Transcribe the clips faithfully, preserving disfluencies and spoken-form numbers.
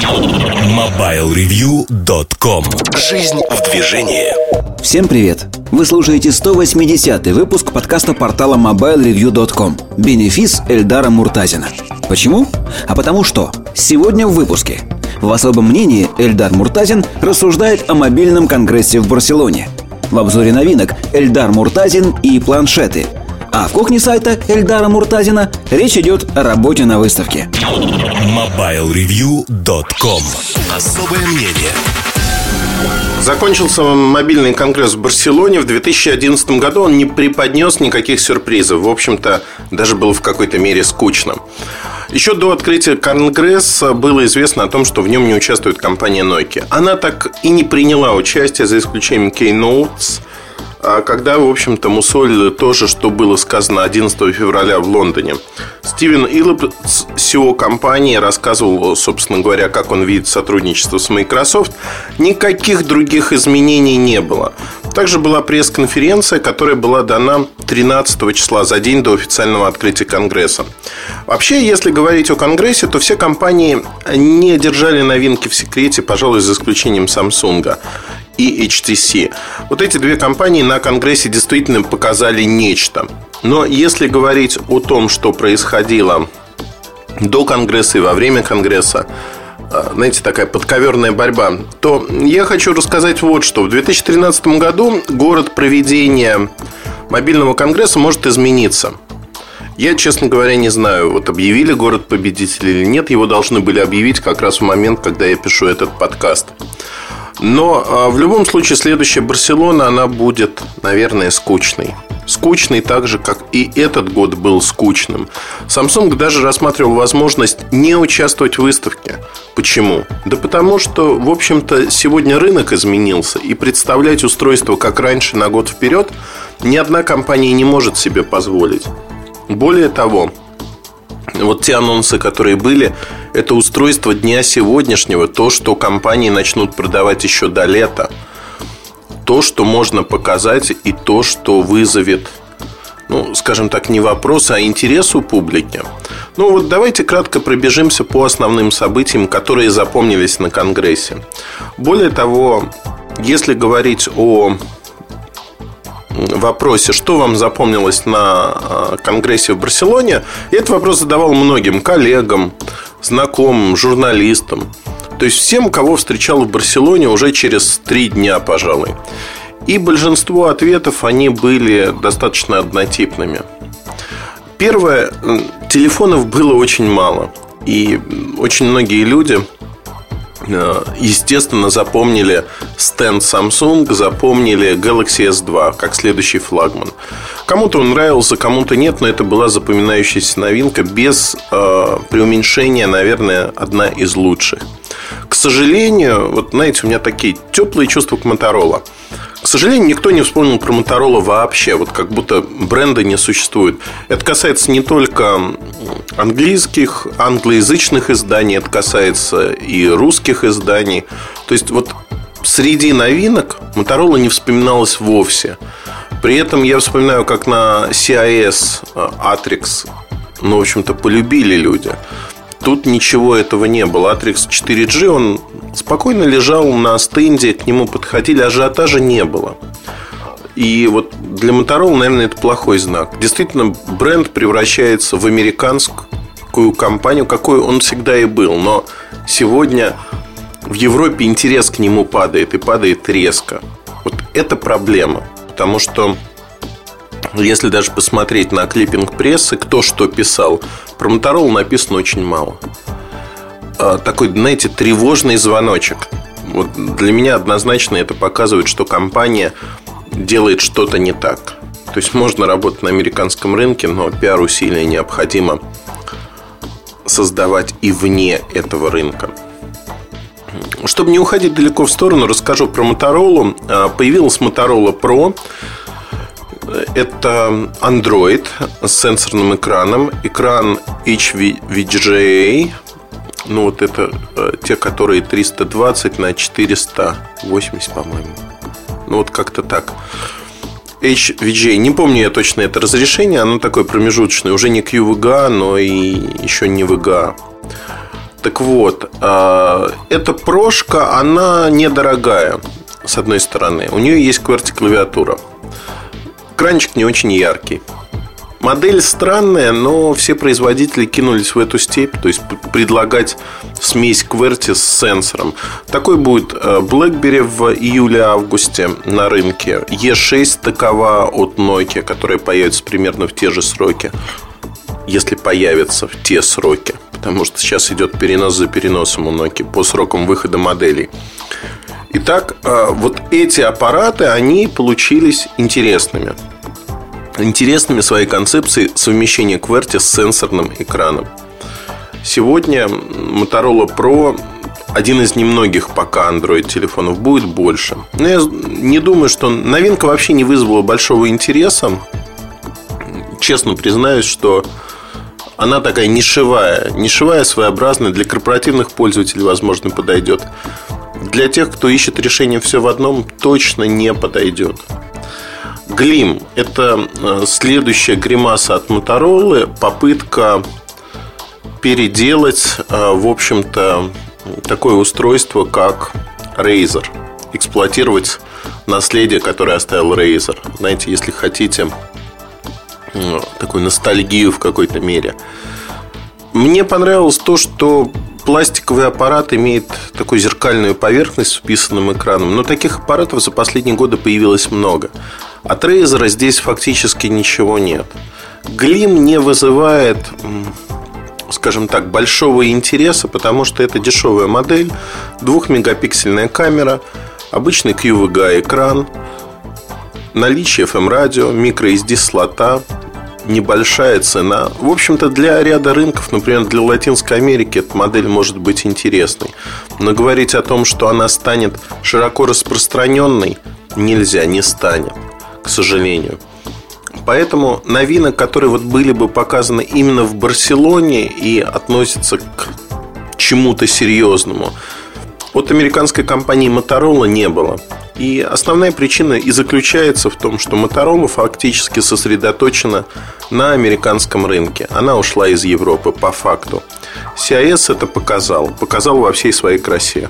мобайл ревью точка ком. Жизнь в движении. Всем привет! Вы слушаете сто восьмидесятый выпуск подкаста портала мобайл ревью точка ком. Бенефис Эльдара Муртазина. Почему? А потому что сегодня в выпуске в особом мнении Эльдар Муртазин рассуждает о мобильном конгрессе в Барселоне. В обзоре новинок Эльдар Муртазин и планшеты. А в кухне сайта Эльдара Муртазина речь идет о работе на выставке. мобайл ревью точка ком. Особое мнение. Закончился мобильный конгресс в Барселоне. В две тысячи одиннадцатом году он не преподнес никаких сюрпризов. В общем-то, даже было в какой-то мере скучно. Еще до открытия конгресса было известно о том, что в нем не участвует компания Nokia. Она так и не приняла участие, за исключением Keynotes, когда, в общем-то, мусолили то же, что было сказано одиннадцатого февраля в Лондоне. Стивен Иллоп, си и о компании, рассказывал, собственно говоря, как он видит сотрудничество с Microsoft. Никаких других изменений не было. Также была пресс-конференция, которая была дана тринадцатого числа, за день до официального открытия конгресса. Вообще, если говорить о конгрессе, то все компании не держали новинки в секрете, пожалуй, за исключением Samsung и эйч ти си. Вот эти две компании на конгрессе действительно показали нечто. Но если говорить о том, что происходило до конгресса и во время конгресса, знаете, такая подковерная борьба, то я хочу рассказать вот что. В две тысячи тринадцатом году город проведения мобильного конгресса может измениться. Я, честно говоря, не знаю, вот объявили город победителя или нет. Его должны были объявить как раз в момент, когда я пишу этот подкаст. Но в любом случае следующая Барселона, она будет, наверное, скучной. Скучной так же, как и этот год был скучным. Samsung даже рассматривал возможность не участвовать в выставке. Почему? Да потому что, в общем-то, сегодня рынок изменился. И представлять устройство как раньше на год вперед ни одна компания не может себе позволить. Более того, вот те анонсы, которые были, это устройство дня сегодняшнего, то, что компании начнут продавать еще до лета, то, что можно показать, и то, что вызовет, ну, скажем так, не вопрос, а интерес у публики. Ну вот давайте кратко пробежимся по основным событиям, которые запомнились на конгрессе. Более того, если говорить о вопросе, что вам запомнилось на конгрессе в Барселоне, я этот вопрос задавал многим коллегам, знакомым, журналистам. То есть всем, кого встречал в Барселоне уже через три дня, пожалуй. И большинство ответов, они были достаточно однотипными. Первое, телефонов было очень мало. И очень многие люди, естественно, запомнили стенд Samsung, запомнили Galaxy эс два как следующий флагман. Кому-то он нравился, кому-то нет, но это была запоминающаяся новинка. Без э, преуменьшения, наверное, одна из лучших. К сожалению, вот знаете, у меня такие теплые чувства к Motorola. К сожалению, никто не вспомнил про Motorola вообще. Вот как будто бренда не существует. Это касается не только английских, англоязычных изданий, это касается и русских изданий. То есть вот среди новинок Motorola не вспоминалась вовсе. При этом я вспоминаю, как на си ай эс Atrix, ну, в общем-то, полюбили люди. Тут ничего этого не было. Atrix четыре джи, он спокойно лежал на стенде, к нему подходили, ажиотажа не было. И вот для Motorola, наверное, это плохой знак. Действительно, бренд превращается в американскую компанию, какой он всегда и был. Но сегодня в Европе интерес к нему падает, и падает резко. Вот это проблема. Потому что если даже посмотреть на клиппинг прессы, кто что писал, про Motorola написано очень мало. Такой, знаете, тревожный звоночек. Вот для меня однозначно это показывает, что компания делает что-то не так. То есть можно работать на американском рынке, но пиар-усилия необходимо создавать и вне этого рынка. Чтобы не уходить далеко в сторону, расскажу про Motorola. Появилась Motorola Pro. Это Android с сенсорным экраном. Экран эйч ви джи эй. Ну, вот это те, которые триста двадцать на четыреста восемьдесят, по-моему. Ну, вот как-то так. эйч ви джи эй. Не помню я точно это разрешение. Оно такое промежуточное. Уже не кью ви джи эй, но и еще не ви джи эй. Так вот, эта прошка, она недорогая, с одной стороны. У нее есть QWERTY-клавиатура. Экранчик не очень яркий. Модель странная, но все производители кинулись в эту степь. То есть предлагать смесь QWERTY с сенсором. Такой будет BlackBerry в июле-августе на рынке. и шесть такова от Nokia, которая появится примерно в те же сроки. Если появится в те сроки. Потому что сейчас идет перенос за переносом у Nokia по срокам выхода моделей. Итак, вот эти аппараты, они получились интересными. Интересными своей концепцией совмещения QWERTY с сенсорным экраном. Сегодня Motorola Pro один из немногих пока Android-телефонов, будет больше. Но я не думаю, что новинка вообще не вызвала большого интереса. Честно признаюсь, что она такая нишевая. Нишевая, своеобразная, для корпоративных пользователей, возможно, подойдет. Для тех, кто ищет решение все в одном, точно не подойдет. Gleam – это следующая гримаса от Motorola, попытка переделать, в общем-то, такое устройство, как Razer. Эксплуатировать наследие, которое оставил Razer. Знаете, если хотите, такую ностальгию в какой-то мере. Мне понравилось то, что пластиковый аппарат имеет такую зеркальную поверхность с вписанным экраном. Но таких аппаратов за последние годы появилось много. От Razer здесь фактически ничего нет. Gleam не вызывает, скажем так, большого интереса, потому что это дешевая модель, двухмегапиксельная камера, обычный кью ви джи экран, наличие эф эм-радио, microSD слота, небольшая цена. В общем-то, для ряда рынков, например, для Латинской Америки, эта модель может быть интересной. Но говорить о том, что она станет широко распространенной, нельзя, не станет, к сожалению. Поэтому новинок, которые вот были бы показаны именно в Барселоне и относятся к чему-то серьезному, от американской компании Motorola не было. И основная причина и заключается в том, что Motorola фактически сосредоточена на американском рынке. Она ушла из Европы по факту. си ай эс это показал. Показал во всей своей красе.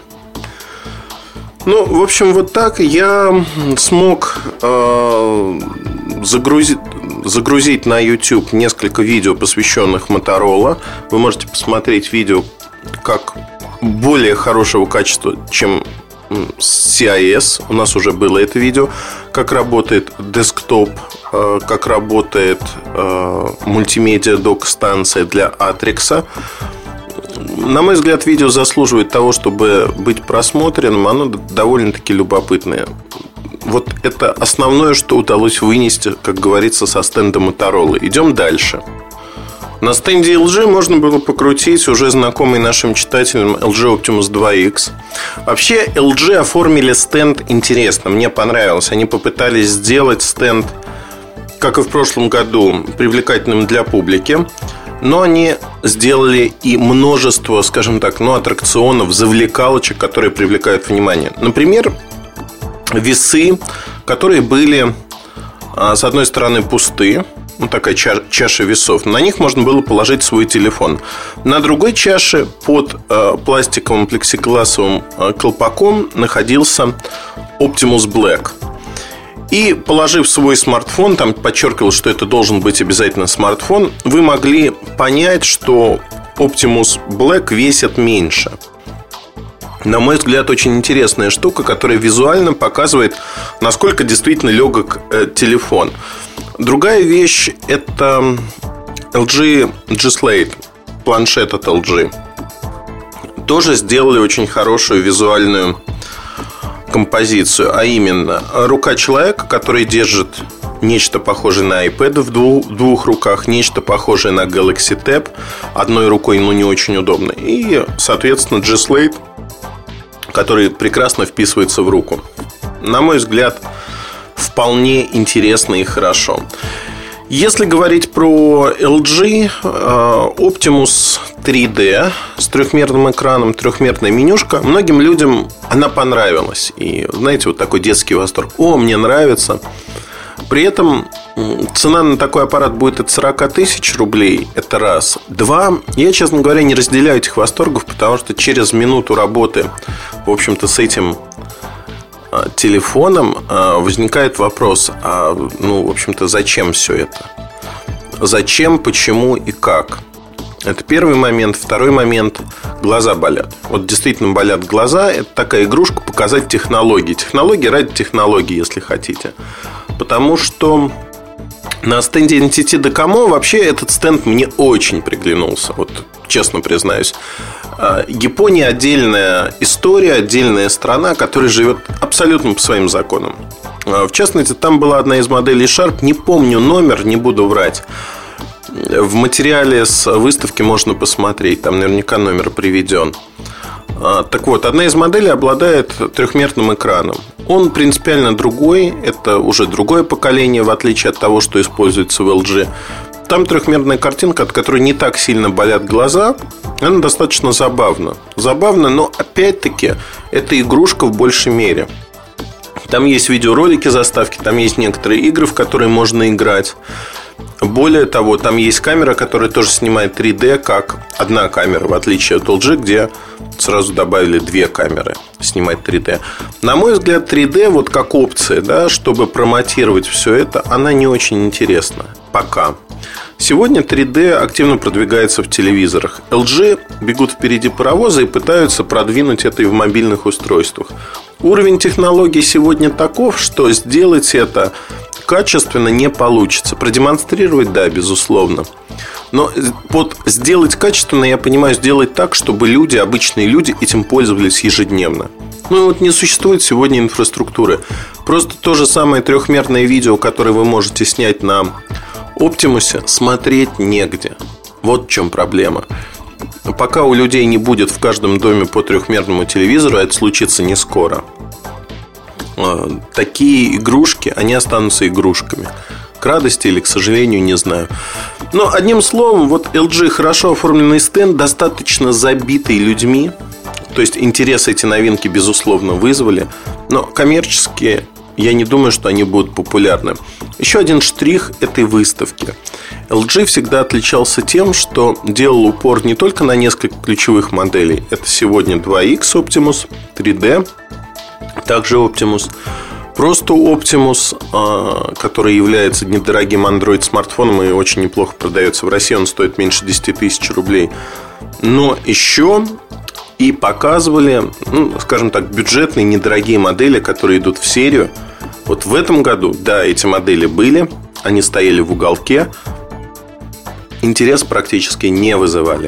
Ну, в общем, вот так я смог э, загрузить, загрузить на YouTube несколько видео, посвященных Motorola. Вы можете посмотреть видео как более хорошего качества, чем си ай эс. У нас уже было это видео. Как работает десктоп, э, как работает э, мультимедиа док-станция для Atrix. На мой взгляд, видео заслуживает того, чтобы быть просмотренным. Оно довольно-таки любопытное. Вот это основное, что удалось вынести, как говорится, со стенда Motorola. Идем дальше. На стенде эл джи можно было покрутить уже знакомый нашим читателям эл джи Optimus два икс. Вообще, эл джи оформили стенд интересно. Мне понравилось. Они попытались сделать стенд, как и в прошлом году, привлекательным для публики. Но они сделали и множество, скажем так, ну, аттракционов, завлекалочек, которые привлекают внимание. Например, весы, которые были, с одной стороны, пусты. Ну, такая ча- чаша весов. На них можно было положить свой телефон. На другой чаше под э, пластиковым плексигласовым э, колпаком находился Optimus Black. И, положив свой смартфон, там подчеркивалось, что это должен быть обязательно смартфон, вы могли понять, что Optimus Black весит меньше. На мой взгляд, очень интересная штука, которая визуально показывает, насколько действительно легок э, телефон. Другая вещь – это эл джи G Slate, планшет от эл джи. Тоже сделали очень хорошую визуальную композицию. А именно, рука человека, который держит нечто похожее на iPad в двух, двух руках, нечто похожее на Galaxy Tab, одной рукой, но не очень удобно. И, соответственно, G Slate, который прекрасно вписывается в руку. На мой взгляд, вполне интересно и хорошо. Если говорить про эл джи, Optimus три дэ с трехмерным экраном, трехмерная менюшка, многим людям она понравилась. И, знаете, вот такой детский восторг. О, мне нравится. При этом цена на такой аппарат будет от сорок тысяч рублей. Это раз. Два. Я, честно говоря, не разделяю этих восторгов, потому что через минуту работы, в общем-то, с этим телефоном возникает вопрос: а, ну, в общем-то, зачем все это? Зачем, почему и как? Это первый момент. Второй момент – глаза болят. Вот действительно болят глаза. Это такая игрушка показать технологии. Технологии ради технологий, если хотите. Потому что на стенде эн ти ти Docomo вообще этот стенд мне очень приглянулся. Вот честно признаюсь. Япония отдельная история, отдельная страна, которая живет абсолютно по своим законам. В частности, там была одна из моделей Sharp. Не помню номер, не буду врать. В материале с выставки можно посмотреть. Там наверняка номер приведен. Так вот, одна из моделей обладает трехмерным экраном. Он принципиально другой. Это уже другое поколение, в отличие от того, что используется в эл джи. Там трехмерная картинка, от которой не так сильно болят глаза. Она достаточно забавна. Забавно, но опять-таки это игрушка в большей мере. Там есть видеоролики, заставки. Там есть некоторые игры, в которые можно играть. Более того, там есть камера, которая тоже снимает три дэ, как одна камера, в отличие от эл джи, где сразу добавили две камеры снимать три дэ. На мой взгляд, три дэ вот как опция, да, чтобы промотировать все это, она не очень интересна пока. Сегодня три дэ активно продвигается в телевизорах. эл джи бегут впереди паровоза и пытаются продвинуть это и в мобильных устройствах. Уровень технологий сегодня таков, что сделать это качественно не получится. Продемонстрировать, да, безусловно. Но под сделать качественно я понимаю сделать так, чтобы люди, обычные люди, этим пользовались ежедневно. Ну и вот не существует сегодня инфраструктуры. Просто то же самое трехмерное видео, которое вы можете снять на Оптимусе, смотреть негде. Вот в чем проблема. Пока у людей не будет в каждом доме по трехмерному телевизору, это случится не скоро. Такие игрушки, они останутся игрушками. К радости или к сожалению, не знаю. Но одним словом, вот эл джи хорошо оформленный стенд, достаточно забитый людьми. То есть интерес эти новинки, безусловно, вызвали. Но коммерчески я не думаю, что они будут популярны. Еще один штрих этой выставки. эл джи всегда отличался тем, что делал упор не только на несколько ключевых моделей. Это сегодня два икс Optimus, три дэ, также Optimus. Просто Optimus, который является недорогим Android-смартфоном и очень неплохо продается в России. Он стоит меньше десять тысяч рублей. Но еще и показывали, ну, скажем так, бюджетные недорогие модели, которые идут в серию. Вот в этом году, да, эти модели были. Они стояли в уголке. Интерес практически не вызывали.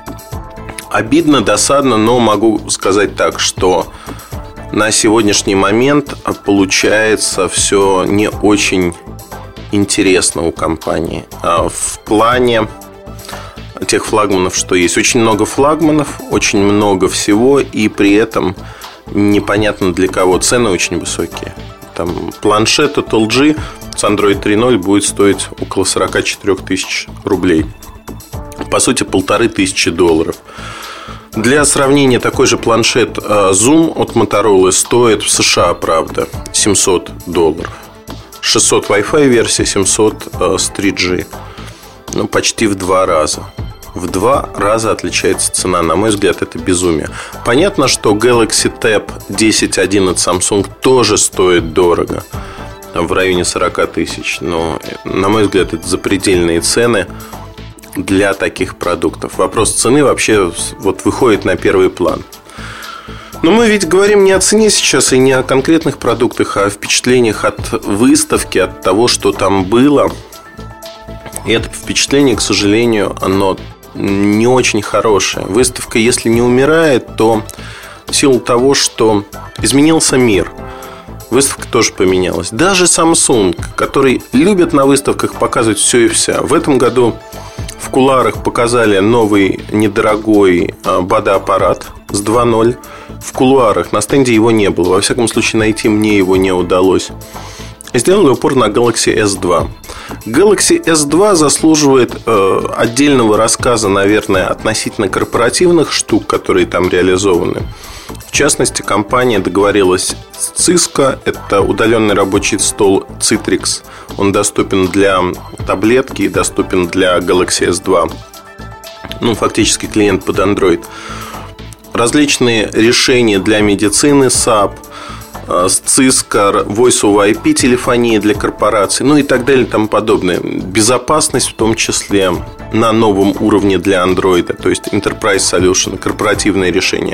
Обидно, досадно, но могу сказать так, что на сегодняшний момент получается все не очень интересно у компании. В плане тех флагманов, что есть. Очень много флагманов, очень много всего, и при этом непонятно для кого. Цены очень высокие. Там планшет от эл джи с Android три ноль будет стоить около сорок четыре тысячи рублей. По сути, полторы тысячи долларов. Для сравнения, такой же планшет Zoom от Motorola стоит в США, правда, семьсот долларов. шестьсот Wi-Fi версия, семьсот с три джи. Ну, почти в два раза. В два раза отличается цена. На мой взгляд, это безумие. Понятно, что Galaxy Tab десять один от Samsung тоже стоит дорого, в районе сорок тысяч. Но, на мой взгляд, это запредельные цены для таких продуктов. Вопрос цены вообще вот выходит на первый план. Но мы ведь говорим не о цене сейчас и не о конкретных продуктах, а о впечатлениях от выставки, от того, что там было. И это впечатление, к сожалению, оно не очень хорошее. Выставка, если не умирает, то в силу того, что изменился мир, выставка тоже поменялась. Даже Samsung, который любит на выставках показывать все и вся, в этом году в кулуарах показали новый недорогой БАДа-аппарат с два ноль. В кулуарах, на стенде его не было. Во всяком случае, найти мне его не удалось. Сделали упор на Galaxy эс два. Galaxy эс два заслуживает э, отдельного рассказа, наверное, относительно корпоративных штук, которые там реализованы. В частности, компания договорилась с Cisco. Это удаленный рабочий стол Citrix. Он доступен для таблетки и доступен для Galaxy эс два. Ну, фактически клиент под Android. Различные решения для медицины, сап, с Cisco, Voice over ай пи телефонии для корпораций, ну и так далее и тому подобное. Безопасность в том числе на новом уровне для Android, то есть Enterprise Solution, корпоративные решения.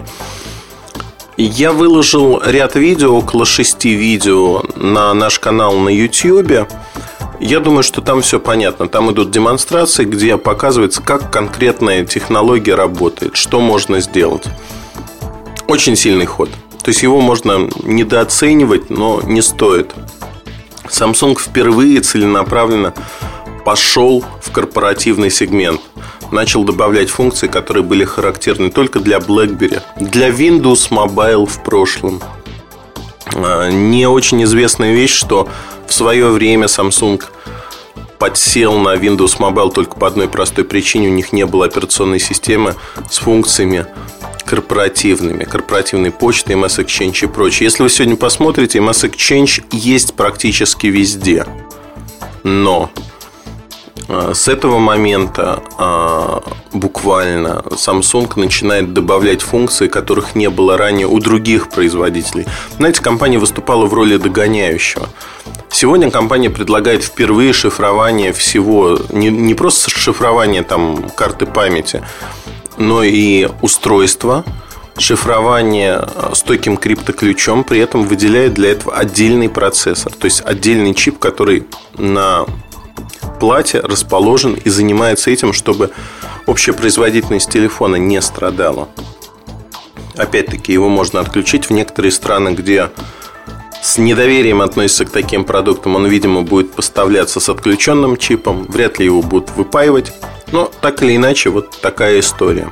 Я выложил ряд видео, около шести видео на наш канал на YouTube. Я думаю, что там все понятно. Там идут демонстрации, где показывается, как конкретная технология работает, что можно сделать. Очень сильный ход. То есть его можно недооценивать, но не стоит. Samsung впервые целенаправленно пошел в корпоративный сегмент. Начал добавлять функции, которые были характерны только для BlackBerry, для Windows Mobile в прошлом. Не очень известная вещь, что в свое время Samsung подсел на Windows Mobile только по одной простой причине. У них не было операционной системы с функциями корпоративными, корпоративной почтой, эм эс Exchange и прочее. Если вы сегодня посмотрите, эм эс Exchange есть практически везде. Но с этого момента буквально Samsung начинает добавлять функции, которых не было ранее у других производителей. Знаете, компания выступала в роли догоняющего. Сегодня компания предлагает впервые шифрование всего, не, не просто шифрование там, карты памяти, но и устройства, шифрование стойким криптоключом, при этом выделяет для этого отдельный процессор, то есть отдельный чип, который на плате расположен и занимается этим, чтобы общая производительность телефона не страдала. Опять-таки, его можно отключить. В некоторые страны, где с недоверием относятся к таким продуктам, он, видимо, будет поставляться с отключенным чипом. Вряд ли его будут выпаивать. Но так или иначе, вот такая история.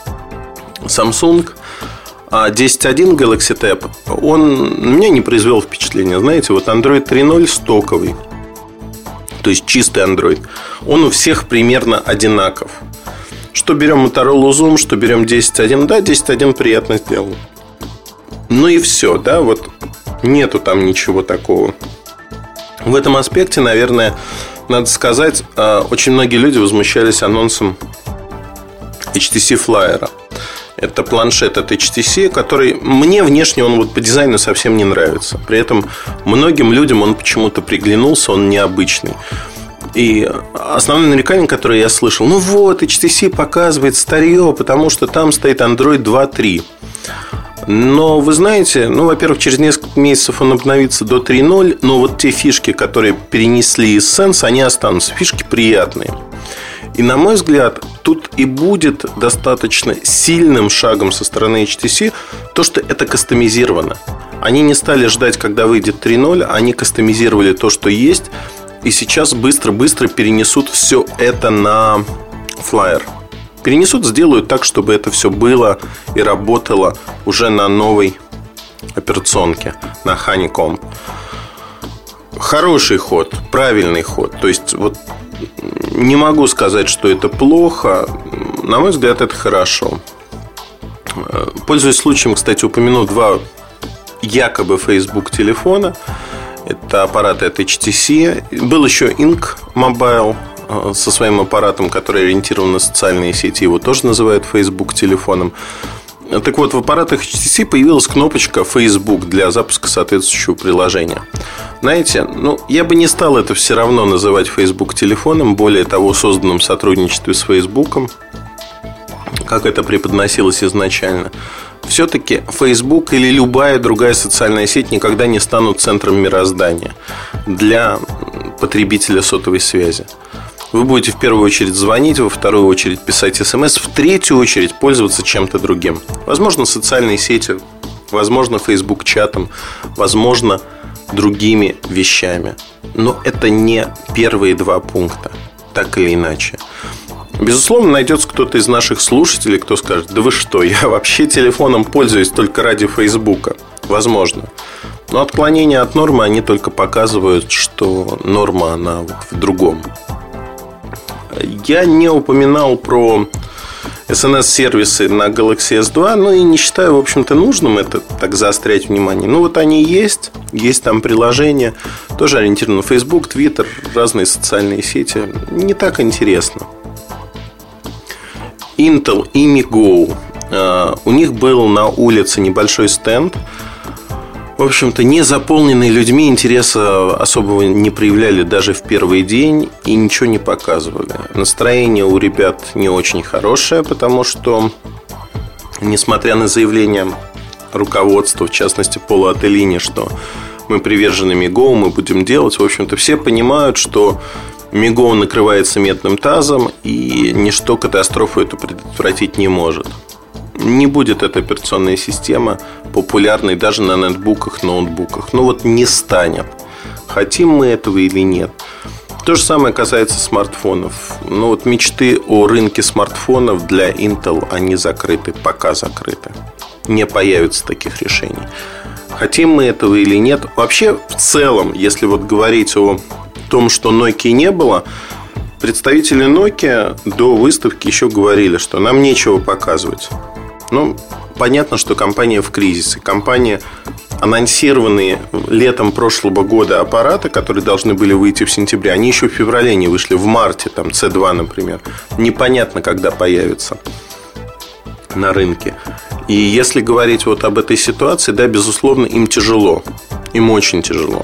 Samsung десять точка один Galaxy Tab, он на меня не произвел впечатления. Знаете, вот Android три ноль стоковый, то есть чистый Android, он у всех примерно одинаков. Что берем Motorola Zoom, что берем десять точка один. Да, десять точка один приятно сделан. Ну и все, да, вот нету там ничего такого. В этом аспекте, наверное, надо сказать, очень многие люди возмущались анонсом эйч ти си Flyer. Это планшет от эйч ти си, который мне внешне он вот по дизайну совсем не нравится. При этом многим людям он почему-то приглянулся, он необычный. И основное нарекание, которое я слышал: ну вот, эйч ти си показывает старье, потому что там стоит Android два точка три. Но вы знаете, ну, во-первых, через несколько месяцев он обновится до три ноль. Но вот те фишки, которые перенесли из Sense, они останутся. Фишки приятные. И, на мой взгляд, тут и будет достаточно сильным шагом со стороны эйч ти си то, что это кастомизировано. Они не стали ждать, когда выйдет три ноль. Они кастомизировали то, что есть. И сейчас быстро-быстро перенесут все это на Flyer. Перенесут, сделают так, чтобы это все было и работало уже на новой операционке, на Honeycomb. Хороший ход, правильный ход. То есть, вот не могу сказать, что это плохо. На мой взгляд, это хорошо. Пользуясь случаем, кстати, упомяну два якобы Facebook телефона. Это аппараты от эйч ти си. Был еще Ink Mobile со своим аппаратом, который ориентирован на социальные сети. Его тоже называют Facebook телефоном. Так вот, в аппаратах эйч ти си появилась кнопочка Facebook для запуска соответствующего приложения. Знаете, ну, я бы не стал это все равно называть Facebook телефоном. Более того, созданным в сотрудничестве с Facebook, как это преподносилось изначально. Все-таки Facebook или любая другая социальная сеть никогда не станут центром мироздания для потребителя сотовой связи. Вы будете в первую очередь звонить, во вторую очередь писать смс, в третью очередь пользоваться чем-то другим. Возможно, социальной сетью, возможно, Facebook чатом, возможно, другими вещами. Но это не первые два пункта, так или иначе. Безусловно, найдется кто-то из наших слушателей, кто скажет: да вы что, я вообще телефоном пользуюсь только ради Фейсбука. Возможно. Но отклонения от нормы, они только показывают, что норма, она вот в другом. Я не упоминал про эс эн эс-сервисы на Galaxy эс два, но и не считаю, в общем-то, нужным это так заострять внимание. Ну, вот они есть, есть там приложения, тоже ориентированы на Facebook, Twitter, разные социальные сети. Не так интересно. Intel и Migo. У них был на улице небольшой стенд. В общем-то, не заполненный людьми, интереса особого не проявляли даже в первый день и ничего не показывали. Настроение у ребят не очень хорошее, потому что, несмотря на заявление руководства, в частности Пола Ателлини, что мы привержены Migo, мы будем делать, в общем-то, все понимают, что Migo накрывается медным тазом, и ничто катастрофу эту предотвратить не может. Не будет эта операционная система популярной даже на нетбуках, ноутбуках. Ну вот не станет. Хотим мы этого или нет. То же самое касается смартфонов. Ну вот мечты о рынке смартфонов для Intel, они закрыты, пока закрыты. Не появится таких решений. Хотим мы этого или нет. Вообще в целом, если вот говорить о том, что Nokia не было, представители Nokia до выставки еще говорили, что нам нечего показывать. Ну, понятно, что компания в кризисе. Компания, анонсированные летом прошлого года аппараты, которые должны были выйти в сентябре, они еще в феврале не вышли, в марте, там, си два, например. Непонятно, когда появится на рынке. И если говорить вот об этой ситуации, да, безусловно, им тяжело. Им очень тяжело.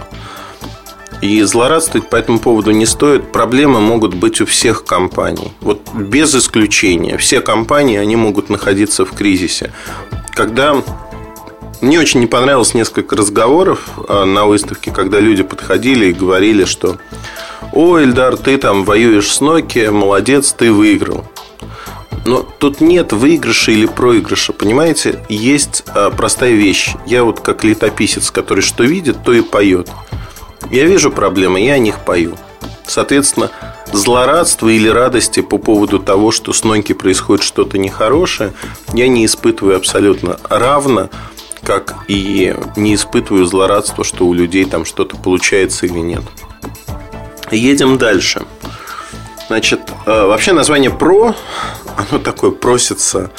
И злорадствовать по этому поводу не стоит. Проблемы могут быть у всех компаний. Вот без исключения. Все компании, они могут находиться в кризисе. Когда... Мне очень не понравилось несколько разговоров на выставке, когда люди подходили и говорили, что: «О, Эльдар, ты там воюешь с Nokia, молодец, ты выиграл». Но тут нет выигрыша или проигрыша. Понимаете, есть простая вещь. Я вот как летописец, который что видит, то и поет. Я вижу проблемы, я о них пою. Соответственно, злорадства или радости по поводу того, что с Nokia происходит что-то нехорошее, я не испытываю абсолютно равно, как и не испытываю злорадства, что у людей там что-то получается или нет. Едем дальше. Значит, вообще название Pro, оно такое просится,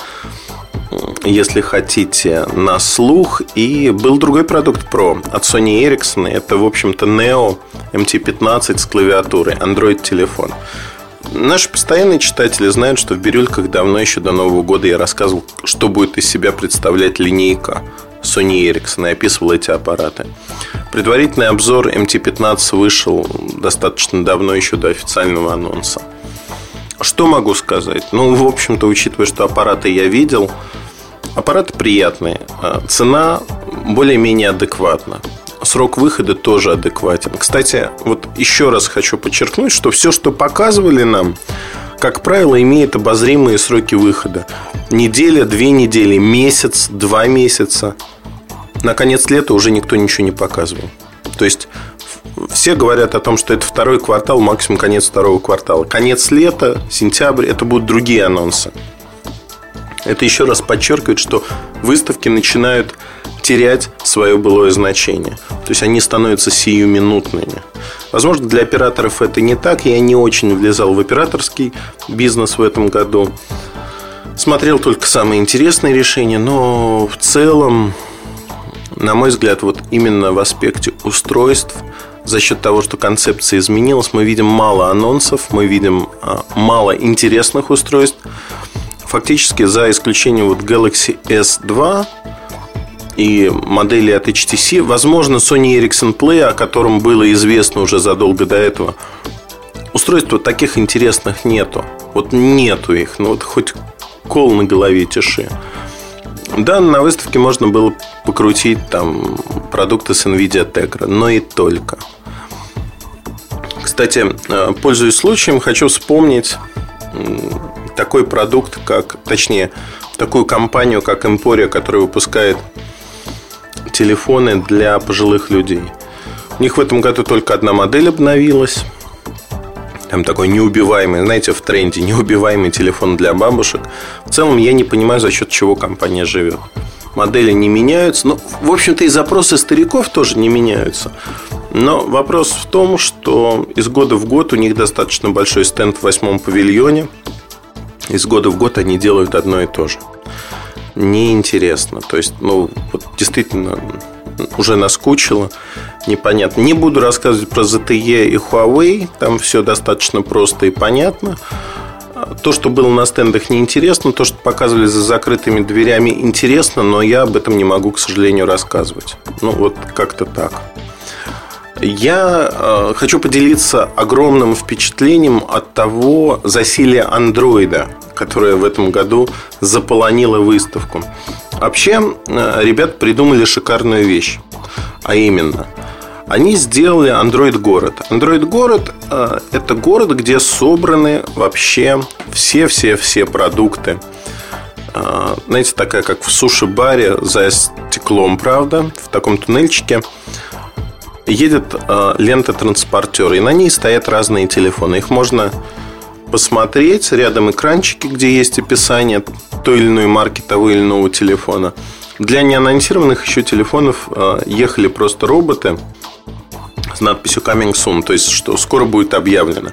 если хотите, на слух. И был другой продукт Pro от Sony Ericsson. Это, в общем-то, Neo эм ти пятнадцать с клавиатурой, Android-телефон. Наши постоянные читатели знают, что в бирюльках давно, еще до Нового года, я рассказывал, что будет из себя представлять линейка Sony Ericsson, и описывал эти аппараты. Предварительный обзор эм ти пятнадцать вышел достаточно давно, еще до официального анонса. Что могу сказать? Ну, в общем-то, учитывая, что аппараты я видел, аппараты приятные. Цена более-менее адекватна. Срок выхода тоже адекватен. Кстати, вот еще раз хочу подчеркнуть, что все, что показывали нам, как правило, имеет обозримые сроки выхода. Неделя, две недели, месяц, два месяца. На конец лета уже никто ничего не показывал. То есть все говорят о том, что это второй квартал, максимум конец второго квартала. Конец лета, сентябрь, это будут другие анонсы. Это еще раз подчеркивает, что выставки начинают терять свое былое значение. То есть они становятся сиюминутными. Возможно, для операторов это не так. Я не очень влезал в операторский бизнес в этом году. Смотрел только самые интересные решения. Но в целом, на мой взгляд, вот именно в аспекте устройств, за счет того, что концепция изменилась, мы видим мало анонсов, мы видим мало интересных устройств. Фактически, за исключением вот Galaxy эс два и модели от эйч ти си, возможно, Sony Ericsson Play, о котором было известно уже задолго до этого, устройств таких интересных нету. Вот нету их. Ну вот хоть кол на голове тиши. Да, на выставке можно было покрутить там продукты с NVIDIA Tegra, но и только. Кстати, пользуясь случаем, хочу вспомнить такой продукт, как, точнее, такую компанию, как Emporia, которая выпускает телефоны для пожилых людей. У них в этом году только одна модель обновилась. Там такой неубиваемый, знаете, в тренде неубиваемый телефон для бабушек. В целом я не понимаю, за счет чего компания живет. модели не меняются. Ну, в общем-то, и запросы стариков тоже не меняются. Но вопрос в том, что из года в год у них достаточно большой стенд в восьмом павильоне. Из года в год они делают одно и то же. Неинтересно. То есть, ну, вот действительно, уже наскучило. Непонятно. Не буду рассказывать про зет и и Huawei. Там все достаточно просто и понятно. То, что было на стендах, неинтересно. То, что показывали за закрытыми дверями, интересно. Но я об этом не могу, к сожалению, рассказывать. Ну, вот как-то так. Я э, хочу поделиться огромным впечатлением от того засилия андроида, которое в этом году заполонило выставку. Вообще, э, ребята придумали шикарную вещь. А именно, они сделали Android-город. Android-город э, – это город, где собраны вообще все-все-все продукты. Э, знаете, такая, как в суши-баре за стеклом, правда, в таком туннельчике. Едет э, лента транспортера, и на ней стоят разные телефоны. Их можно посмотреть. Рядом экранчики, где есть описание той или иной марки того или иного телефона. Для неанонсированных еще телефонов э, ехали просто роботы с надписью «Coming soon», то есть, что скоро будет объявлено.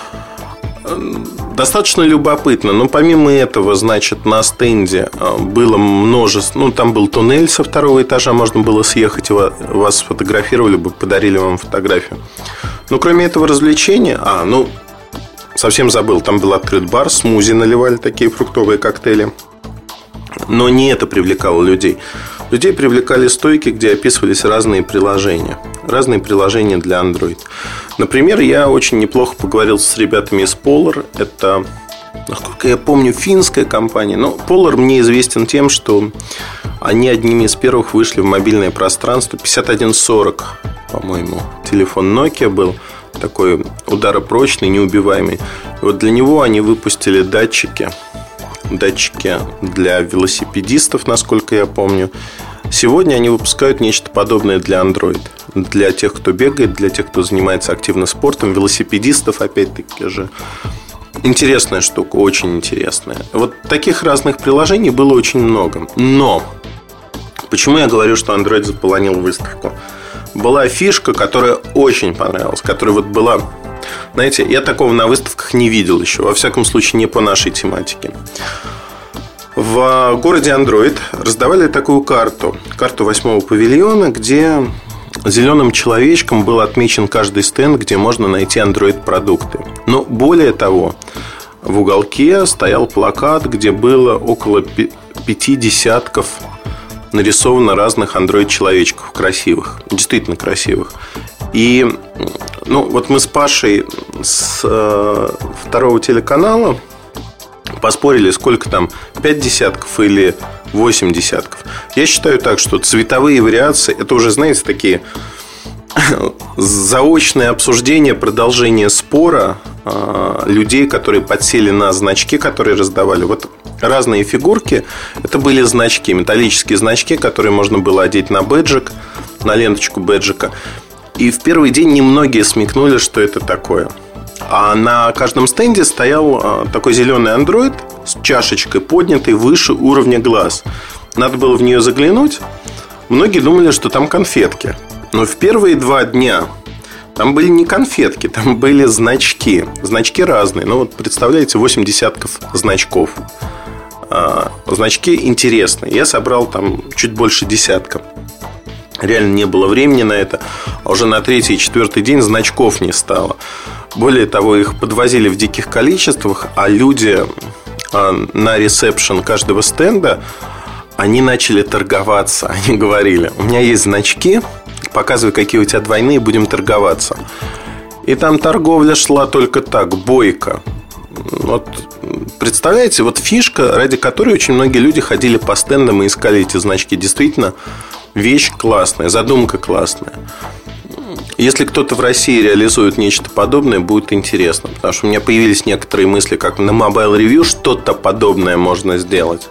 Достаточно любопытно. Но помимо этого, значит, на стенде было множество. Ну, там был туннель со второго этажа, можно было съехать, вас сфотографировали бы, подарили вам фотографию. Но кроме этого развлечения, а, ну, совсем забыл, там был открыт бар, смузи наливали, такие фруктовые коктейли. Но не это привлекало людей. Людей привлекали стойки, где описывались разные приложения. Разные приложения для Android. Например, я очень неплохо поговорил с ребятами из Polar. Это, насколько я помню, финская компания. Но Polar мне известен тем, что они одними из первых вышли в мобильное пространство. пятьдесят один сорок, по-моему, телефон Nokia был. Такой ударопрочный, неубиваемый. И вот для него они выпустили датчики. Датчики для велосипедистов, насколько я помню. Сегодня они выпускают нечто подобное для Android. Для тех, кто бегает, для тех, кто занимается активно спортом. Велосипедистов, опять-таки же. Интересная штука, очень интересная. Вот таких разных приложений было очень много. Но почему я говорю, что Android заполонил выставку? Была фишка, которая очень понравилась. Которая вот была... Знаете, я такого на выставках не видел еще. Во всяком случае, не по нашей тематике. В городе Android раздавали такую карту. Карту восьмого павильона, где зеленым человечком был отмечен каждый стенд, где можно найти Android-продукты. Но более того, в уголке стоял плакат, где было около пяти десятков нарисовано разных Android-человечков красивых. Действительно красивых. И ну, вот мы с Пашей с э, второго телеканала поспорили, сколько там, пять десятков или восемь десятков. Я считаю так, что цветовые вариации, это уже, знаете, такие заочные обсуждения, продолжение спора э, людей, которые подсели на значки, которые раздавали. Вот разные фигурки, это были значки, металлические значки, которые можно было одеть на бэджик, на ленточку бэджика. И в первый день немногие смекнули, что это такое. А на каждом стенде стоял такой зеленый Android с чашечкой, поднятой выше уровня глаз. Надо было в нее заглянуть. Многие думали, что там конфетки. Но в первые два дня там были не конфетки, там были значки. Значки разные. Ну вот представляете, восемь десятков значков. Значки интересные. Я собрал там чуть больше десятка. Реально не было времени на это. А уже на третий и четвертый день значков не стало. Более того, их подвозили в диких количествах. А люди на ресепшн каждого стенда, они начали торговаться. Они говорили: у меня есть значки, показывай, какие у тебя двойные, будем торговаться. И там торговля шла только так, бойко. Вот, представляете, вот фишка, ради которой очень многие люди ходили по стендам и искали эти значки. Действительно, вещь классная, задумка классная. Если кто-то в России реализует нечто подобное, будет интересно. Потому что у меня появились некоторые мысли, как на Mobile Review что-то подобное можно сделать.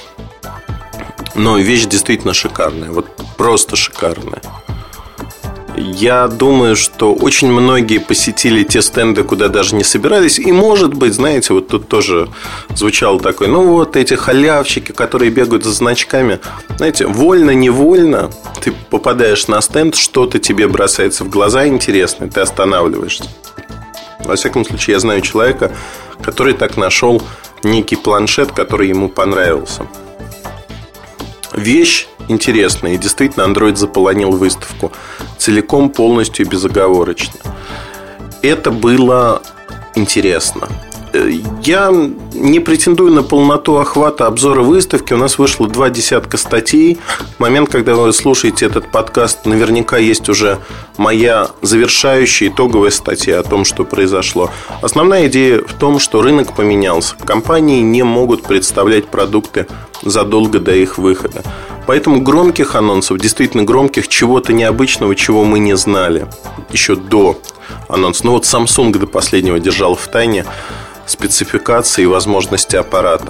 Но вещь действительно шикарная. Вот просто шикарная. Я думаю, что очень многие посетили те стенды, куда даже не собирались. И, может быть, знаете, вот тут тоже звучало такое: ну вот эти халявщики, которые бегают за значками. Знаете, вольно-невольно ты попадаешь на стенд, что-то тебе бросается в глаза интересное, ты останавливаешься. Во всяком случае, я знаю человека, который так нашел некий планшет, который ему понравился. Вещь интересная. И действительно, Android заполонил выставку целиком, полностью и безоговорочно. Это было интересно. Я не претендую на полноту охвата обзора выставки. У нас вышло два десятка статей. В момент, когда вы слушаете этот подкаст, наверняка есть уже моя завершающая итоговая статья о том, что произошло. Основная идея в том, что рынок поменялся. Компании не могут представлять продукты задолго до их выхода. Поэтому громких анонсов, действительно громких, чего-то необычного, чего мы не знали еще до анонса. Ну вот Samsung до последнего держал в тайне спецификации и возможности аппарата.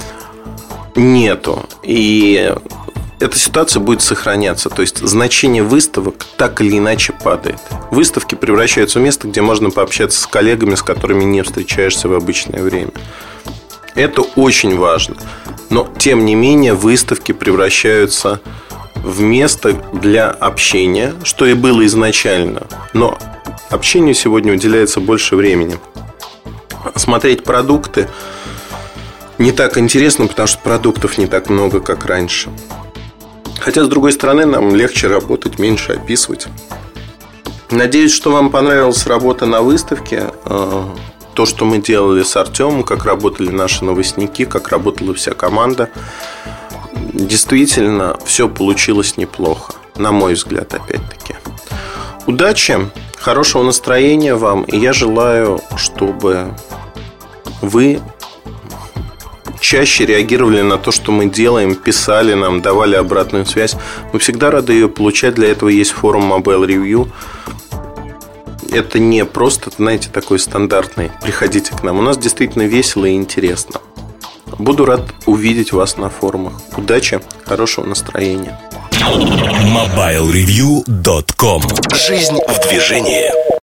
Нету. И эта ситуация будет сохраняться. То есть значение выставок так или иначе падает. Выставки превращаются в место, где можно пообщаться с коллегами, с которыми не встречаешься в обычное время. Это очень важно. Но, тем не менее, выставки превращаются в место для общения, что и было изначально. Но общению сегодня уделяется больше времени. Смотреть продукты не так интересно, потому что продуктов не так много, как раньше. Хотя, с другой стороны, нам легче работать, меньше описывать. Надеюсь, что вам понравилась работа на выставке. То, что мы делали с Артемом, как работали наши новостники, как работала вся команда. Действительно, все получилось неплохо, на мой взгляд, опять-таки. Удачи, хорошего настроения вам. И я желаю, чтобы вы чаще реагировали на то, что мы делаем, писали нам, давали обратную связь. Мы всегда рады ее получать. Для этого есть форум Mobile Review. Это не просто, знаете, такой стандартный «приходите к нам». У нас действительно весело и интересно. Буду рад увидеть вас на форумах. Удачи, хорошего настроения. мобайл ревью точка ком. Жизнь в движении.